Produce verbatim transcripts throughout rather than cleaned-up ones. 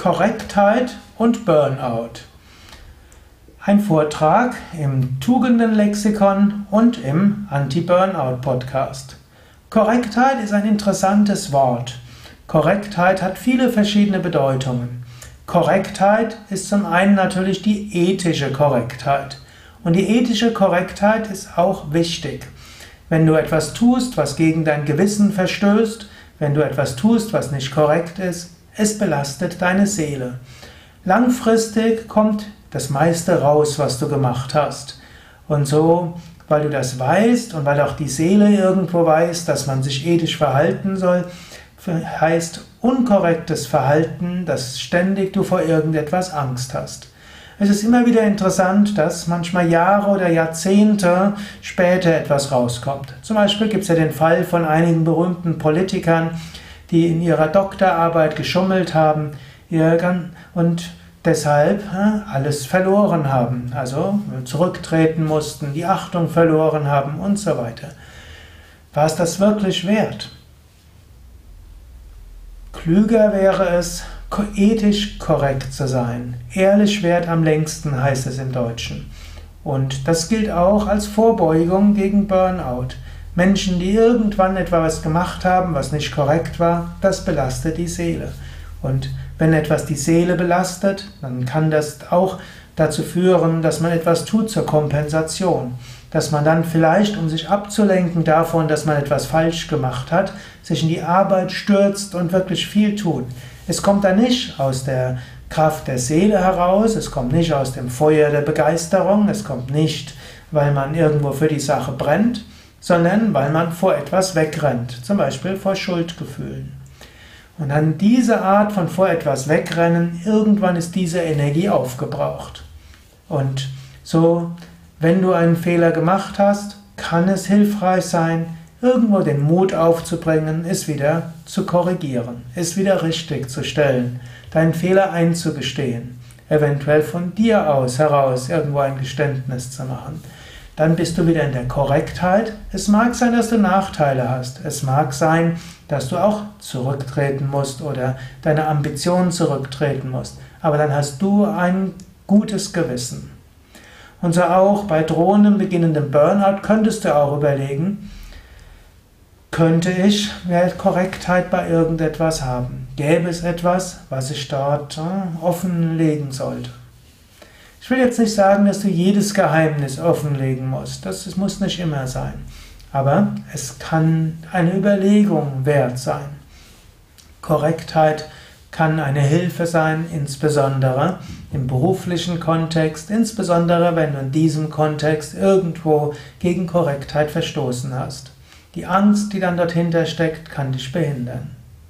Korrektheit und Burnout. Ein Vortrag im Tugendenlexikon und im Anti-Burnout-Podcast. Korrektheit ist ein interessantes Wort. Korrektheit hat viele verschiedene Bedeutungen. Korrektheit ist zum einen natürlich die ethische Korrektheit. Und die ethische Korrektheit ist auch wichtig. Wenn du etwas tust, was gegen dein Gewissen verstößt, wenn du etwas tust, was nicht korrekt ist, es belastet deine Seele. Langfristig kommt das meiste raus, was du gemacht hast. Und so, weil du das weißt und weil auch die Seele irgendwo weiß, dass man sich ethisch verhalten soll, heißt unkorrektes Verhalten, dass ständig du vor irgendetwas Angst hast. Es ist immer wieder interessant, dass manchmal Jahre oder Jahrzehnte später etwas rauskommt. Zum Beispiel gibt es ja den Fall von einigen berühmten Politikern, die in ihrer Doktorarbeit geschummelt haben und deshalb alles verloren haben, also zurücktreten mussten, die Achtung verloren haben und so weiter. War es das wirklich wert? Klüger wäre es, ethisch korrekt zu sein. Ehrlich währt am längsten, heißt es im Deutschen. Und das gilt auch als Vorbeugung gegen Burnout. Menschen, die irgendwann etwas gemacht haben, was nicht korrekt war, das belastet die Seele. Und wenn etwas die Seele belastet, dann kann das auch dazu führen, dass man etwas tut zur Kompensation. Dass man dann vielleicht, um sich abzulenken davon, dass man etwas falsch gemacht hat, sich in die Arbeit stürzt und wirklich viel tut. Es kommt dann nicht aus der Kraft der Seele heraus, es kommt nicht aus dem Feuer der Begeisterung, es kommt nicht, weil man irgendwo für die Sache brennt, sondern weil man vor etwas wegrennt, zum Beispiel vor Schuldgefühlen. Und dann diese Art von vor etwas wegrennen, irgendwann ist diese Energie aufgebraucht. Und so, wenn du einen Fehler gemacht hast, kann es hilfreich sein, irgendwo den Mut aufzubringen, es wieder zu korrigieren, es wieder richtig zu stellen, deinen Fehler einzugestehen, eventuell von dir aus heraus irgendwo ein Geständnis zu machen. Dann bist du wieder in der Korrektheit. Es mag sein, dass du Nachteile hast. Es mag sein, dass du auch zurücktreten musst oder deine Ambitionen zurücktreten musst. Aber dann hast du ein gutes Gewissen. Und so auch bei drohendem, beginnendem Burnout könntest du auch überlegen, könnte ich mehr Korrektheit bei irgendetwas haben? Gäbe es etwas, was ich dort äh, offenlegen sollte? Ich will jetzt nicht sagen, dass du jedes Geheimnis offenlegen musst. Das, das muss nicht immer sein. Aber es kann eine Überlegung wert sein. Korrektheit kann eine Hilfe sein, insbesondere im beruflichen Kontext, insbesondere wenn du in diesem Kontext irgendwo gegen Korrektheit verstoßen hast. Die Angst, die dann dahinter steckt, kann dich behindern.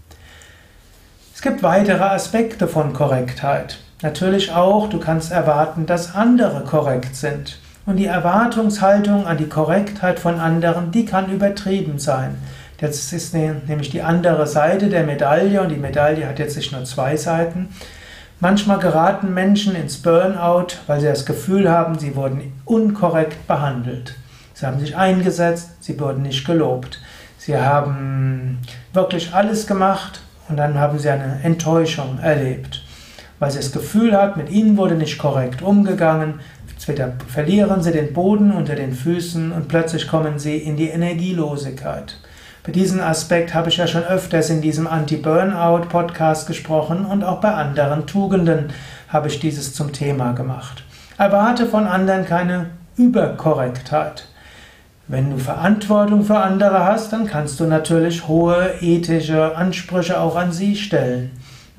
Es gibt weitere Aspekte von Korrektheit. Natürlich auch, du kannst erwarten, dass andere korrekt sind. Und die Erwartungshaltung an die Korrektheit von anderen, die kann übertrieben sein. Das ist nämlich die andere Seite der Medaille und die Medaille hat jetzt nicht nur zwei Seiten. Manchmal geraten Menschen ins Burnout, weil sie das Gefühl haben, sie wurden unkorrekt behandelt. Sie haben sich eingesetzt, sie wurden nicht gelobt. Sie haben wirklich alles gemacht und dann haben sie eine Enttäuschung erlebt. Weil sie das Gefühl hat, mit ihnen wurde nicht korrekt umgegangen, später verlieren sie den Boden unter den Füßen und plötzlich kommen sie in die Energielosigkeit. Bei diesem Aspekt habe ich ja schon öfters in diesem Anti-Burnout-Podcast gesprochen und auch bei anderen Tugenden habe ich dieses zum Thema gemacht. Erwarte von anderen keine Überkorrektheit. Wenn du Verantwortung für andere hast, dann kannst du natürlich hohe ethische Ansprüche auch an sie stellen.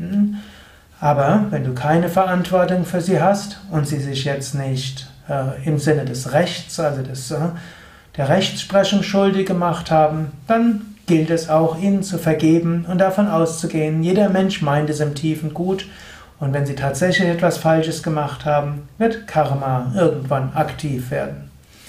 Aber wenn du keine Verantwortung für sie hast und sie sich jetzt nicht äh, im Sinne des Rechts, also des, äh, der Rechtsprechung schuldig gemacht haben, dann gilt es auch, ihnen zu vergeben und davon auszugehen, jeder Mensch meint es im Tiefen gut und wenn sie tatsächlich etwas Falsches gemacht haben, wird Karma irgendwann aktiv werden.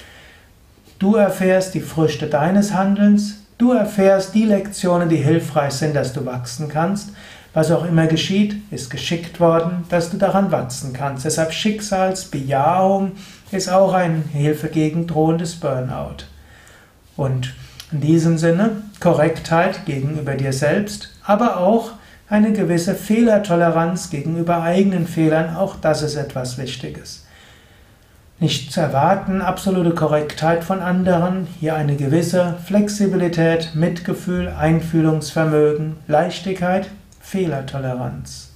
Du erfährst die Früchte deines Handelns, du erfährst die Lektionen, die hilfreich sind, dass du wachsen kannst. Was auch immer geschieht, ist geschickt worden, dass du daran wachsen kannst. Deshalb Schicksalsbejahung ist auch eine Hilfe gegen drohendes Burnout. Und in diesem Sinne Korrektheit gegenüber dir selbst, aber auch Eine gewisse Fehlertoleranz gegenüber eigenen Fehlern, auch das ist etwas Wichtiges. Nicht zu erwarten, absolute Korrektheit von anderen, hier eine gewisse Flexibilität, Mitgefühl, Einfühlungsvermögen, Leichtigkeit, Fehlertoleranz.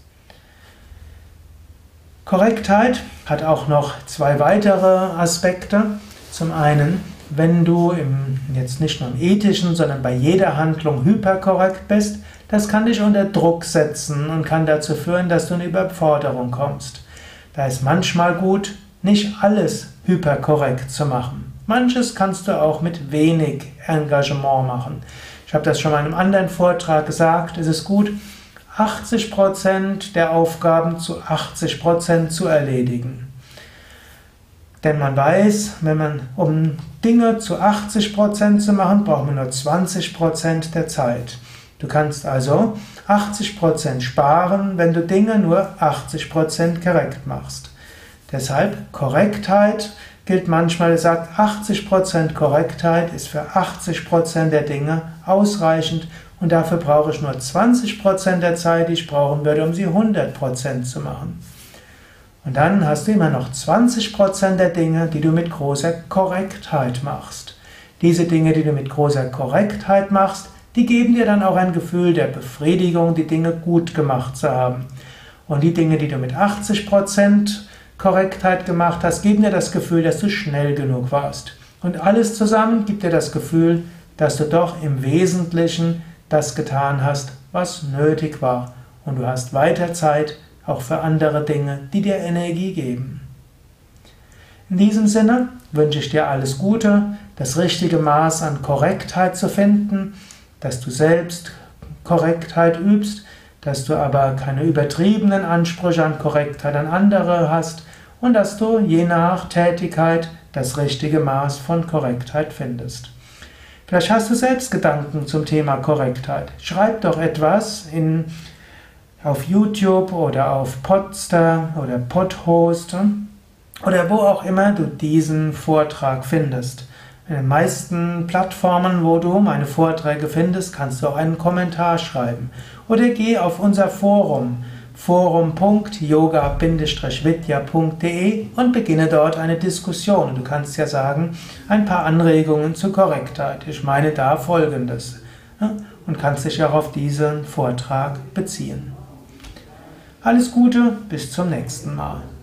Korrektheit hat auch noch zwei weitere Aspekte. Zum einen, wenn du im, jetzt nicht nur im ethischen, sondern bei jeder Handlung hyperkorrekt bist, das kann dich unter Druck setzen und kann dazu führen, dass du in Überforderung kommst. Da ist manchmal gut, nicht alles hyperkorrekt zu machen. Manches kannst du auch mit wenig Engagement machen. Ich habe das schon mal in einem anderen Vortrag gesagt, es ist gut, achtzig Prozent der Aufgaben zu achtzig Prozent zu erledigen. Denn man weiß, wenn man, um Dinge zu achtzig Prozent zu machen, braucht man nur zwanzig Prozent der Zeit. Du kannst also achtzig Prozent sparen, wenn du Dinge nur achtzig Prozent korrekt machst. Deshalb Korrektheit gilt manchmal, es sagt, achtzig Prozent Korrektheit ist für achtzig Prozent der Dinge ausreichend und dafür brauche ich nur zwanzig Prozent der Zeit, die ich brauchen würde, um sie hundert Prozent zu machen. Und dann hast du immer noch zwanzig Prozent der Dinge, die du mit großer Korrektheit machst. Diese Dinge, die du mit großer Korrektheit machst, die geben dir dann auch ein Gefühl der Befriedigung, die Dinge gut gemacht zu haben. Und die Dinge, die du mit achtzig Prozent Korrektheit gemacht hast, geben dir das Gefühl, dass du schnell genug warst. Und alles zusammen gibt dir das Gefühl, dass du doch im Wesentlichen das getan hast, was nötig war. Und du hast weiter Zeit, auch für andere Dinge, die dir Energie geben. In diesem Sinne wünsche ich dir alles Gute, das richtige Maß an Korrektheit zu finden, dass du selbst Korrektheit übst, dass du aber keine übertriebenen Ansprüche an Korrektheit an andere hast und dass du je nach Tätigkeit das richtige Maß von Korrektheit findest. Vielleicht hast du selbst Gedanken zum Thema Korrektheit. Schreib doch etwas in, auf YouTube oder auf Podster oder Podhost oder wo auch immer du diesen Vortrag findest. In den meisten Plattformen, wo du meine Vorträge findest, kannst du auch einen Kommentar schreiben. Oder geh auf unser Forum, forum punkt yoga vidya punkt de und beginne dort eine Diskussion. Du kannst ja sagen, ein paar Anregungen zur Korrektheit. Ich meine da Folgendes. Und kannst dich auch auf diesen Vortrag beziehen. Alles Gute, bis zum nächsten Mal.